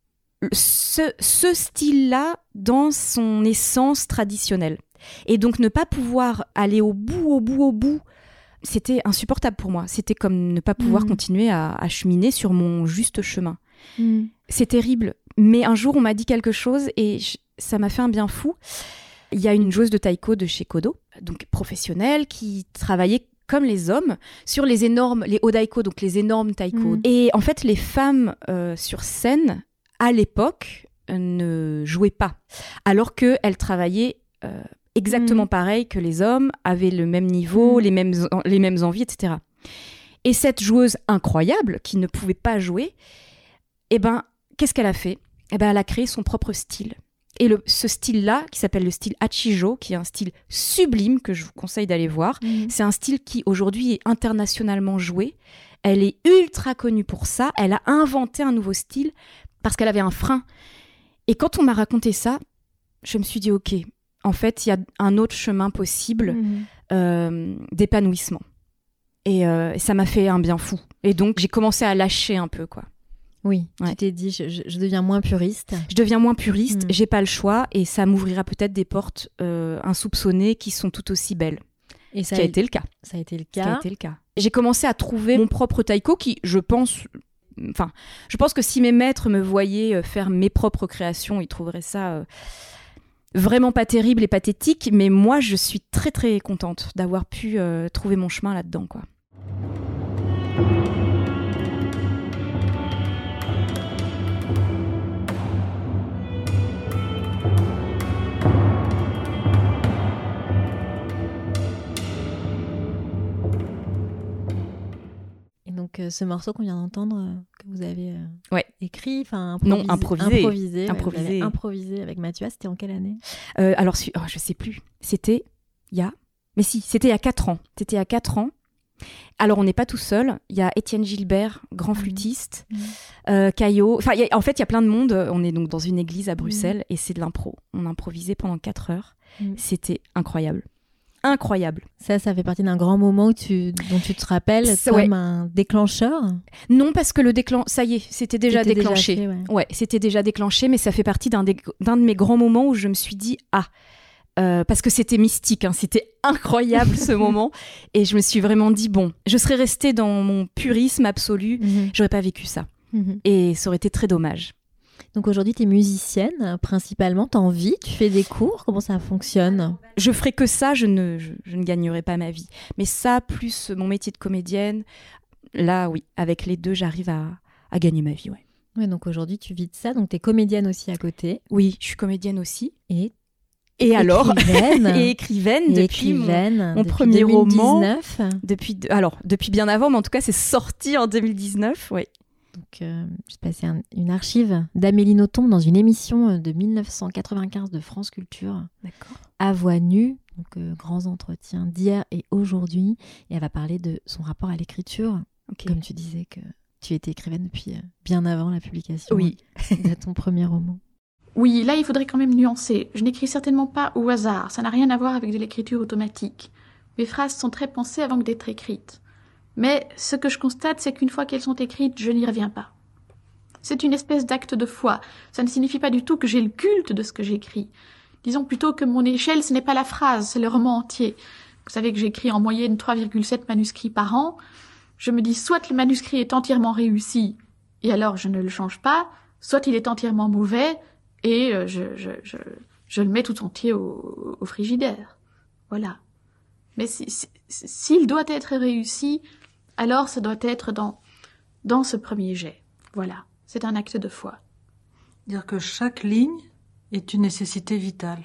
ce, ce style-là dans son essence traditionnelle. Et donc ne pas pouvoir aller au bout, au bout, au bout, c'était insupportable pour moi. C'était comme ne pas pouvoir mmh. continuer à, à cheminer sur mon juste chemin. Mmh. C'est terrible. Mais un jour, on m'a dit quelque chose et je, ça m'a fait un bien fou. Il y a une joueuse de taïko de chez Kodo, donc professionnelle, qui travaillait comme les hommes sur les énormes, les odaiko, donc les énormes taïko. Mmh. Et en fait, les femmes euh, sur scène, à l'époque, euh, ne jouaient pas. Alors qu'elles travaillaient euh, exactement mmh. pareil que les hommes, avaient le même niveau, mmh. les, mêmes, les mêmes envies, et cetera. Et cette joueuse incroyable, qui ne pouvait pas jouer, eh ben, qu'est-ce qu'elle a fait ? Eh ben, elle a créé son propre style. Et le, ce style-là, qui s'appelle le style Hachijo, qui est un style sublime que je vous conseille d'aller voir, mmh. c'est un style qui aujourd'hui est internationalement joué. Elle est ultra connue pour ça. Elle a inventé un nouveau style parce qu'elle avait un frein. Et quand on m'a raconté ça, je me suis dit, ok, en fait, il y a un autre chemin possible mmh. euh, d'épanouissement. Et euh, ça m'a fait un bien fou. Et donc, j'ai commencé à lâcher un peu, quoi. Oui, ouais. Tu t'es dit, je, je, je deviens moins puriste. Je deviens moins puriste, mmh. j'ai pas le choix, et ça m'ouvrira peut-être des portes euh, insoupçonnées qui sont tout aussi belles. Et ça, ça a été le cas. Ça a été le cas. Ça a été le cas. J'ai commencé à trouver mon propre taiko qui, je pense... Enfin, je pense que si mes maîtres me voyaient faire mes propres créations, ils trouveraient ça euh, vraiment pas terrible et pathétique. Mais moi, je suis très, très contente d'avoir pu euh, trouver mon chemin là-dedans, quoi. Donc euh, ce morceau qu'on vient d'entendre, euh, que vous avez euh, ouais. écrit, enfin improvisé, non improvisé, improvisé, improvisé. Ouais, improvisé avec Mathieu, c'était en quelle année? euh, Alors oh, je sais plus, c'était il y a, mais si, c'était il y a quatre ans. C'était il y a quatre ans. Alors on n'est pas tout seul. Il y a Étienne Gilbert, grand mmh. flûtiste, mmh. euh, Caillot. Enfin, en fait, il y a plein de monde. On est donc dans une église à Bruxelles mmh. et c'est de l'impro. On a improvisé pendant quatre heures. Mmh. C'était incroyable. Incroyable. Ça, ça fait partie d'un grand moment où tu, dont tu te rappelles ça, comme ouais. un déclencheur? Non, parce que le déclencheur, ça y est, c'était déjà c'était déclenché. Déjà fait, ouais. ouais, c'était déjà déclenché, mais ça fait partie d'un, des, d'un de mes grands moments où je me suis dit, ah, euh, parce que c'était mystique, hein, c'était incroyable ce moment, et je me suis vraiment dit, bon, je serais restée dans mon purisme absolu, mm-hmm. j'aurais pas vécu ça. Mm-hmm. Et ça aurait été très dommage. Donc aujourd'hui, tu es musicienne principalement, tu en vis, tu fais des cours, comment ça fonctionne? Je ferais que ça, je ne, je, je ne gagnerais pas ma vie. Mais ça, plus mon métier de comédienne, là, oui, avec les deux, j'arrive à, à gagner ma vie, ouais. Ouais, donc aujourd'hui, tu vis de ça, donc tu es comédienne aussi à côté. Oui, je suis comédienne aussi. Et Et alors écrivaine. Et écrivaine et depuis écrivaine, mon, mon depuis premier deux mille dix-neuf. roman. Depuis, alors, depuis bien avant, mais en tout cas, c'est sorti en deux mille dix-neuf, oui. Donc, euh, j'ai passé un, une archive d'Amélie Nothomb dans une émission de dix-neuf cent quatre-vingt-quinze de France Culture. D'accord. À voix nue, donc euh, grands entretiens d'hier et aujourd'hui. Et elle va parler de son rapport à l'écriture. Okay. Comme tu disais que tu étais écrivaine depuis euh, bien avant la publication oui. de ton premier roman. Oui, là, il faudrait quand même nuancer. Je n'écris certainement pas au hasard. Ça n'a rien à voir avec de l'écriture automatique. Mes phrases sont très pensées avant d'être écrites. Mais ce que je constate, c'est qu'une fois qu'elles sont écrites, je n'y reviens pas. C'est une espèce d'acte de foi. Ça ne signifie pas du tout que j'ai le culte de ce que j'écris. Disons plutôt que mon échelle, ce n'est pas la phrase, c'est le roman entier. Vous savez que j'écris en moyenne trois virgule sept manuscrits par an. Je me dis, soit le manuscrit est entièrement réussi, et alors je ne le change pas, soit il est entièrement mauvais, et je, je, je, je le mets tout entier au, au frigidaire. Voilà. Mais si, si, s'il doit être réussi, alors ça doit être dans, dans ce premier jet. Voilà, c'est un acte de foi. Dire que chaque ligne est une nécessité vitale.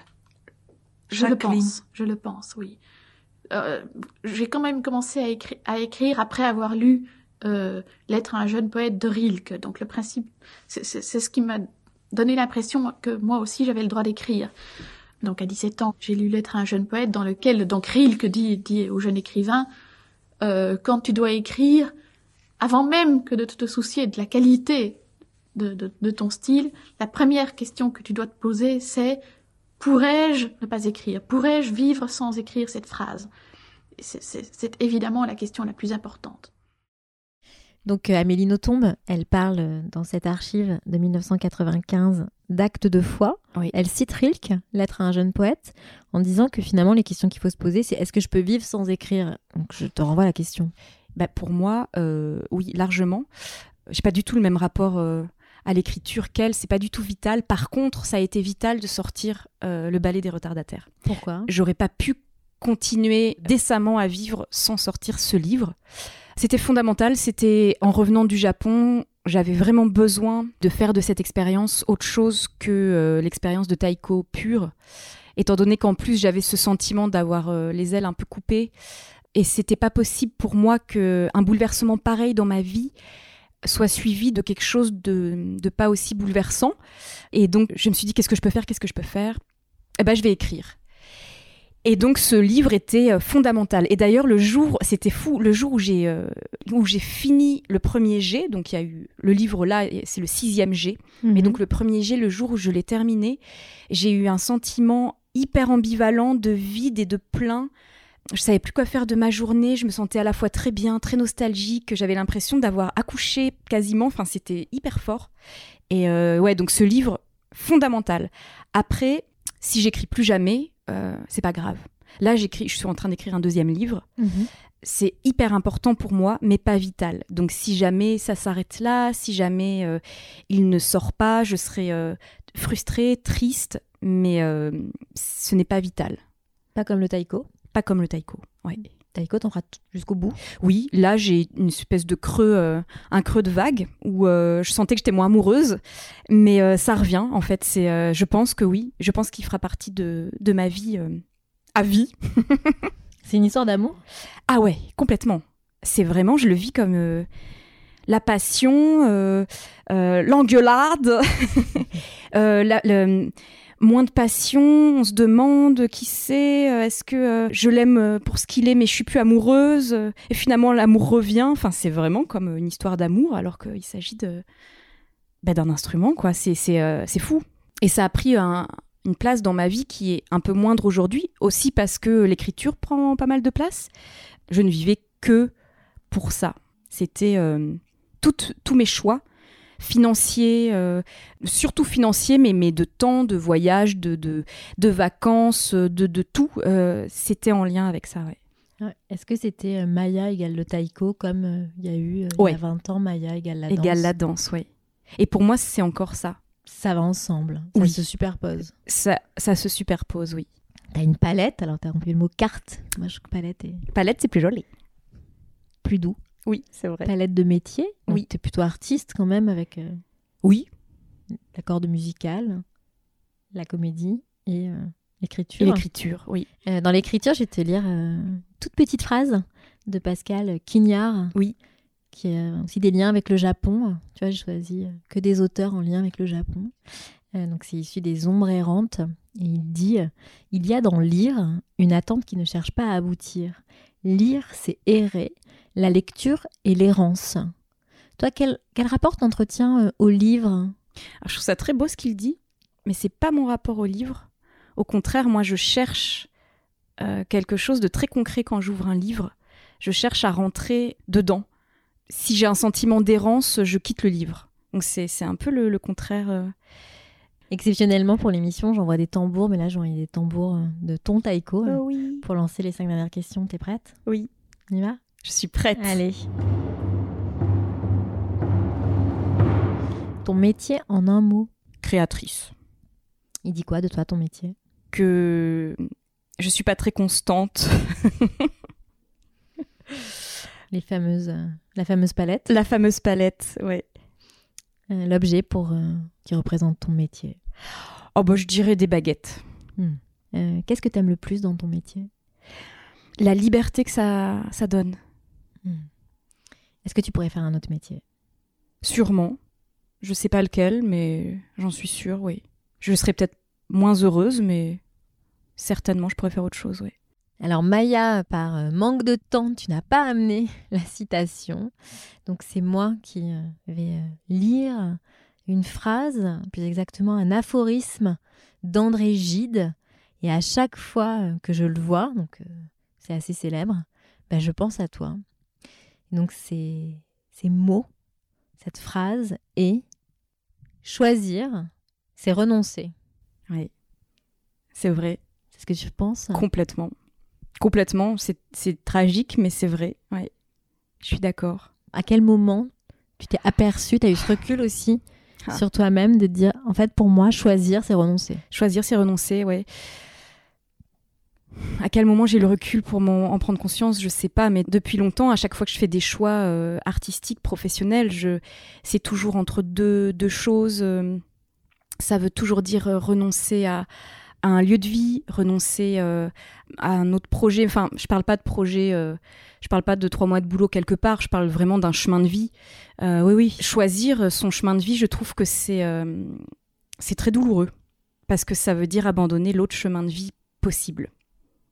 Je le pense, je le pense, oui. Euh, j'ai quand même commencé à, écri- à écrire après avoir lu euh, Lettre à un jeune poète de Rilke. Donc le principe, c'est, c'est, c'est ce qui m'a donné l'impression que moi aussi j'avais le droit d'écrire. Donc à dix-sept ans, j'ai lu Lettre à un jeune poète dans lequel donc Rilke dit, dit au jeune écrivain euh, quand tu dois écrire, avant même que de te soucier de la qualité de, de, de ton style, la première question que tu dois te poser, c'est pourrais-je ne pas écrire? Pourrais-je vivre sans écrire cette phrase? c'est, c'est, c'est évidemment la question la plus importante. Donc euh, Amélie Nothomb, elle parle dans cette archive de dix-neuf cent quatre-vingt-quinze d'actes de foi. Oui. Elle cite Rilke, Lettre à un jeune poète, en disant que finalement les questions qu'il faut se poser, c'est est-ce que je peux vivre sans écrire? Donc je te renvoie à la question. Bah, pour moi, euh, oui, largement. J'ai pas du tout le même rapport euh, à l'écriture qu'elle. C'est pas du tout vital. Par contre, ça a été vital de sortir euh, le ballet des retardataires. Pourquoi? J'aurais pas pu continuer décemment à vivre sans sortir ce livre. C'était fondamental. C'était en revenant du Japon, j'avais vraiment besoin de faire de cette expérience autre chose que euh, l'expérience de taiko pure, étant donné qu'en plus j'avais ce sentiment d'avoir euh, les ailes un peu coupées. Et c'était pas possible pour moi qu'un bouleversement pareil dans ma vie soit suivi de quelque chose de, de pas aussi bouleversant. Et donc, je me suis dit, qu'est-ce que je peux faire? Qu'est-ce que je peux faire? Eh ben, je vais écrire. Et donc ce livre était euh, fondamental. Et d'ailleurs le jour, c'était fou, le jour où j'ai euh, où j'ai fini le premier jet, donc il y a eu le livre là, c'est le sixième jet. Mhm. Et donc le premier jet, le jour où je l'ai terminé, j'ai eu un sentiment hyper ambivalent de vide et de plein. Je savais plus quoi faire de ma journée. Je me sentais à la fois très bien, très nostalgique. J'avais l'impression d'avoir accouché quasiment. Enfin, c'était hyper fort. Et euh, ouais, donc ce livre fondamental. Après, si j'écris plus jamais. Euh, c'est pas grave. Là, j'écris, je suis en train d'écrire un deuxième livre. Mmh. C'est hyper important pour moi, mais pas vital. Donc, si jamais ça s'arrête là, si jamais euh, il ne sort pas, je serai euh, frustrée, triste, mais euh, ce n'est pas vital. Pas comme le taïko. Pas comme le taïko, ouais. Taïko, t'en feras t- jusqu'au bout. Oui, là, j'ai une espèce de creux, euh, un creux de vague, où euh, je sentais que j'étais moins amoureuse, mais euh, ça revient, en fait. C'est, euh, je pense que oui, je pense qu'il fera partie de, de ma vie euh, à vie. C'est une histoire d'amour ? Ah ouais, complètement. C'est vraiment, je le vis comme euh, la passion, euh, euh, l'engueulade, euh, la, le, moins de passion, on se demande qui c'est, euh, est-ce que euh, je l'aime pour ce qu'il est mais je suis plus amoureuse, euh, et finalement l'amour revient, enfin c'est vraiment comme une histoire d'amour alors qu'il s'agit de, bah, d'un instrument, quoi. C'est, c'est, euh, c'est fou. Et ça a pris un, une place dans ma vie qui est un peu moindre aujourd'hui, aussi parce que l'écriture prend pas mal de place. Je ne vivais que pour ça. C'était euh, tout, tous mes choix financiers, euh, surtout financiers, mais, mais de temps, de voyage, de, de, de vacances, de, de tout, euh, c'était en lien avec ça, ouais. Ouais. Est-ce que c'était euh, Maya égale le taïko, comme euh, il y a eu euh, ouais. il y a vingt ans, Maya égale la danse ? Égale la danse, oui. Et pour moi, c'est encore ça. Ça va ensemble, ça oui. se superpose. Ça, ça se superpose, oui. T'as une palette, alors t'as rempli le mot carte. Moi, je trouve que palette est... Palette, c'est plus joli. Plus doux. Oui, c'est vrai. Palette de métier. Donc, oui. T'es plutôt artiste quand même avec... Euh, oui. La corde musicale, la comédie et euh, l'écriture. L'écriture, oui. Euh, dans l'écriture, je vais te lire euh, une toute petite phrase de Pascal Quignard. Oui. Qui a aussi des liens avec le Japon. Tu vois, j'ai choisi euh, que des auteurs en lien avec le Japon. Euh, donc, c'est issu des Ombres errantes. Et il dit euh, « Il y a dans lire une attente qui ne cherche pas à aboutir. Lire, c'est errer. La lecture et l'errance. » Toi, quel, quel rapport t'entretiens euh, au livre ? Alors, je trouve ça très beau ce qu'il dit, mais c'est pas mon rapport au livre. Au contraire, moi, je cherche euh, quelque chose de très concret quand j'ouvre un livre. Je cherche à rentrer dedans. Si j'ai un sentiment d'errance, je quitte le livre. Donc c'est, c'est un peu le, le contraire. Euh... Exceptionnellement pour l'émission, j'envoie des tambours, mais là j'envoie des tambours de ton taïko oh oui. pour lancer les cinq dernières questions. T'es prête ? Oui. On y va ? Je suis prête. Allez. Ton métier en un mot ? Créatrice. Il dit quoi de toi, ton métier ? Que je suis pas très constante. Les fameuses, euh, la fameuse palette. La fameuse palette, ouais. Euh, l'objet pour euh, qui représente ton métier. Oh bah je dirais des baguettes. Hmm. Euh, qu'est-ce que t'aimes le plus dans ton métier ? La liberté que ça, ça donne. Hmm. Est-ce que tu pourrais faire un autre métier ? Sûrement. Je sais pas lequel, mais j'en suis sûre, oui. Je serais peut-être moins heureuse, mais certainement je pourrais faire autre chose, oui. Alors Maya, par euh, manque de temps, tu n'as pas amené la citation. Donc c'est moi qui euh, vais euh, lire une phrase, plus exactement un aphorisme d'André Gide. Et à chaque fois euh, que je le vois, donc euh, c'est assez célèbre, ben, je pense à toi. Et donc c'est, ces mots, cette phrase est « choisir, c'est renoncer ». Oui, c'est vrai. C'est ce que tu penses ? Complètement. Complètement, c'est, c'est tragique, mais c'est vrai. Ouais. Je suis d'accord. À quel moment tu t'es aperçu, tu as eu ce recul aussi ah. sur toi-même de dire, en fait, pour moi, choisir, c'est renoncer. Choisir, c'est renoncer, ouais. À quel moment j'ai le recul pour m'en, en prendre conscience, je sais pas, mais depuis longtemps, à chaque fois que je fais des choix euh, artistiques, professionnels, je, c'est toujours entre deux, deux choses. Euh, ça veut toujours dire euh, renoncer à... à un lieu de vie, renoncer euh, à un autre projet. Enfin, je parle pas de projet, euh, je parle pas de trois mois de boulot quelque part, je parle vraiment d'un chemin de vie. Euh, oui, oui, choisir son chemin de vie, je trouve que c'est, euh, c'est très douloureux, parce que ça veut dire abandonner l'autre chemin de vie possible.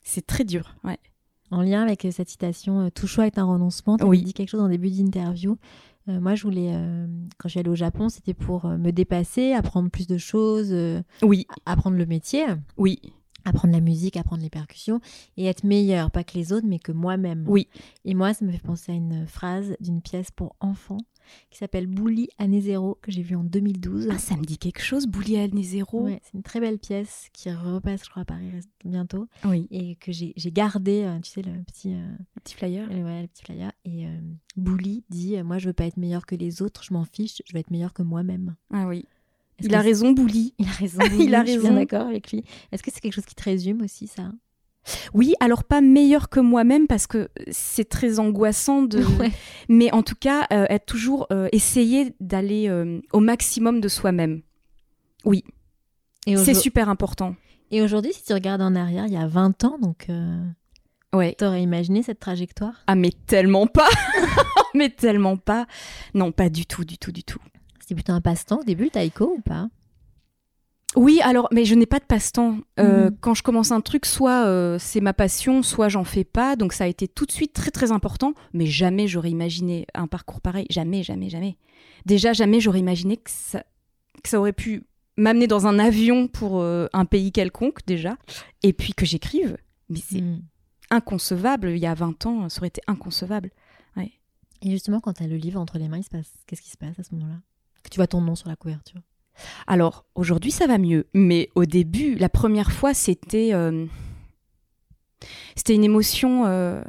c'est très dur, ouais. En lien avec cette citation, tout choix est un renoncement, tu oui. dit quelque chose en début d'interview. Euh, moi, je voulais, euh, quand je suis allée au Japon, c'était pour euh, me dépasser, apprendre plus de choses, euh, oui. apprendre le métier, oui. apprendre la musique, apprendre les percussions et être meilleure, pas que les autres, mais que moi-même. Oui. Et moi, ça me fait penser à une phrase d'une pièce pour enfants qui s'appelle Bouli année zéro, que j'ai vue en deux mille douze. Ah, ça me dit quelque chose, Bouli année zéro. Ouais, c'est une très belle pièce qui repasse, je crois, à Paris bientôt. Oui. Et que j'ai, j'ai gardé, euh, tu sais, le petit... Euh, le petit flyer. Euh, ouais, le petit flyer. Et euh, Bouli dit, euh, moi, je veux pas être meilleure que les autres, je m'en fiche, je veux être meilleure que moi-même. Ah oui. Est-ce il a c'est... raison, Bouli. Il a raison, Bouli. Il a je suis raison. bien d'accord avec lui. Est-ce que c'est quelque chose qui te résume aussi, ça ? Oui, alors pas meilleur que moi-même parce que c'est très angoissant de... Ouais. Mais en tout cas, euh, être toujours euh, essayer d'aller euh, au maximum de soi-même. Oui, et c'est aujourd... super important. Et aujourd'hui, si tu regardes en arrière, il y a vingt ans, donc euh... ouais. T'aurais imaginé cette trajectoire ? Ah mais tellement pas. Mais tellement pas. Non, pas du tout, du tout, du tout. C'était plutôt un passe-temps au début, le taïko, ou pas ? Oui, alors, mais je n'ai pas de passe-temps. Euh, mmh. Quand je commence un truc, soit euh, c'est ma passion, soit j'en fais pas. Donc ça a été tout de suite très très important. Mais jamais j'aurais imaginé un parcours pareil. Jamais, jamais, jamais. Déjà, jamais j'aurais imaginé que ça, que ça aurait pu m'amener dans un avion pour euh, un pays quelconque, déjà. Et puis que j'écrive. Mais c'est mmh. inconcevable. Il y a vingt ans, ça aurait été inconcevable. Ouais. Et justement, quand tu as le livre entre les mains, il se passe... qu'est-ce qui se passe à ce moment-là ? Que tu vois ton nom sur la couverture. Alors, aujourd'hui, ça va mieux. Mais au début, la première fois, c'était... Euh... C'était une émotion... Euh...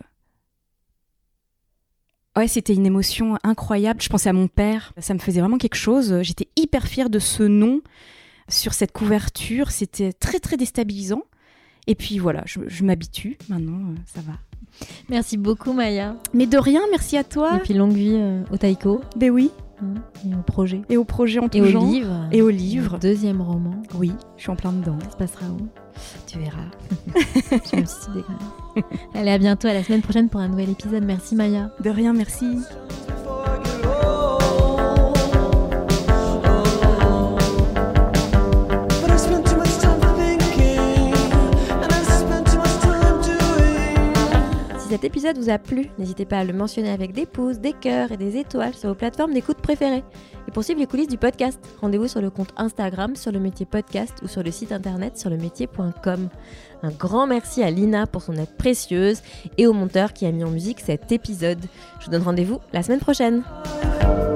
Ouais, c'était une émotion incroyable. Je pensais à mon père. Ça me faisait vraiment quelque chose. J'étais hyper fière de ce nom sur cette couverture. C'était très, très déstabilisant. Et puis voilà, je, je m'habitue. Maintenant, euh, ça va. Merci beaucoup, Maya. Mais de rien, merci à toi. Et puis longue vie euh, au taïko. Ben oui. Et au projet. Et au projet en tout et genre. Au livre. Et au livre. Deuxième roman. Oui, je suis en plein dedans. Ça se passera où ? Tu verras. J'ai une petite idée quand même. Allez, à bientôt, à la semaine prochaine pour un nouvel épisode. Merci Maya. De rien, merci. Si cet épisode vous a plu, n'hésitez pas à le mentionner avec des pouces, des cœurs et des étoiles sur vos plateformes d'écoute préférées. Et pour suivre les coulisses du podcast, rendez-vous sur le compte Instagram Sur le Métier Podcast ou sur le site internet sur le métier point com. Un grand merci à Lina pour son aide précieuse et au monteur qui a mis en musique cet épisode. Je vous donne rendez-vous la semaine prochaine.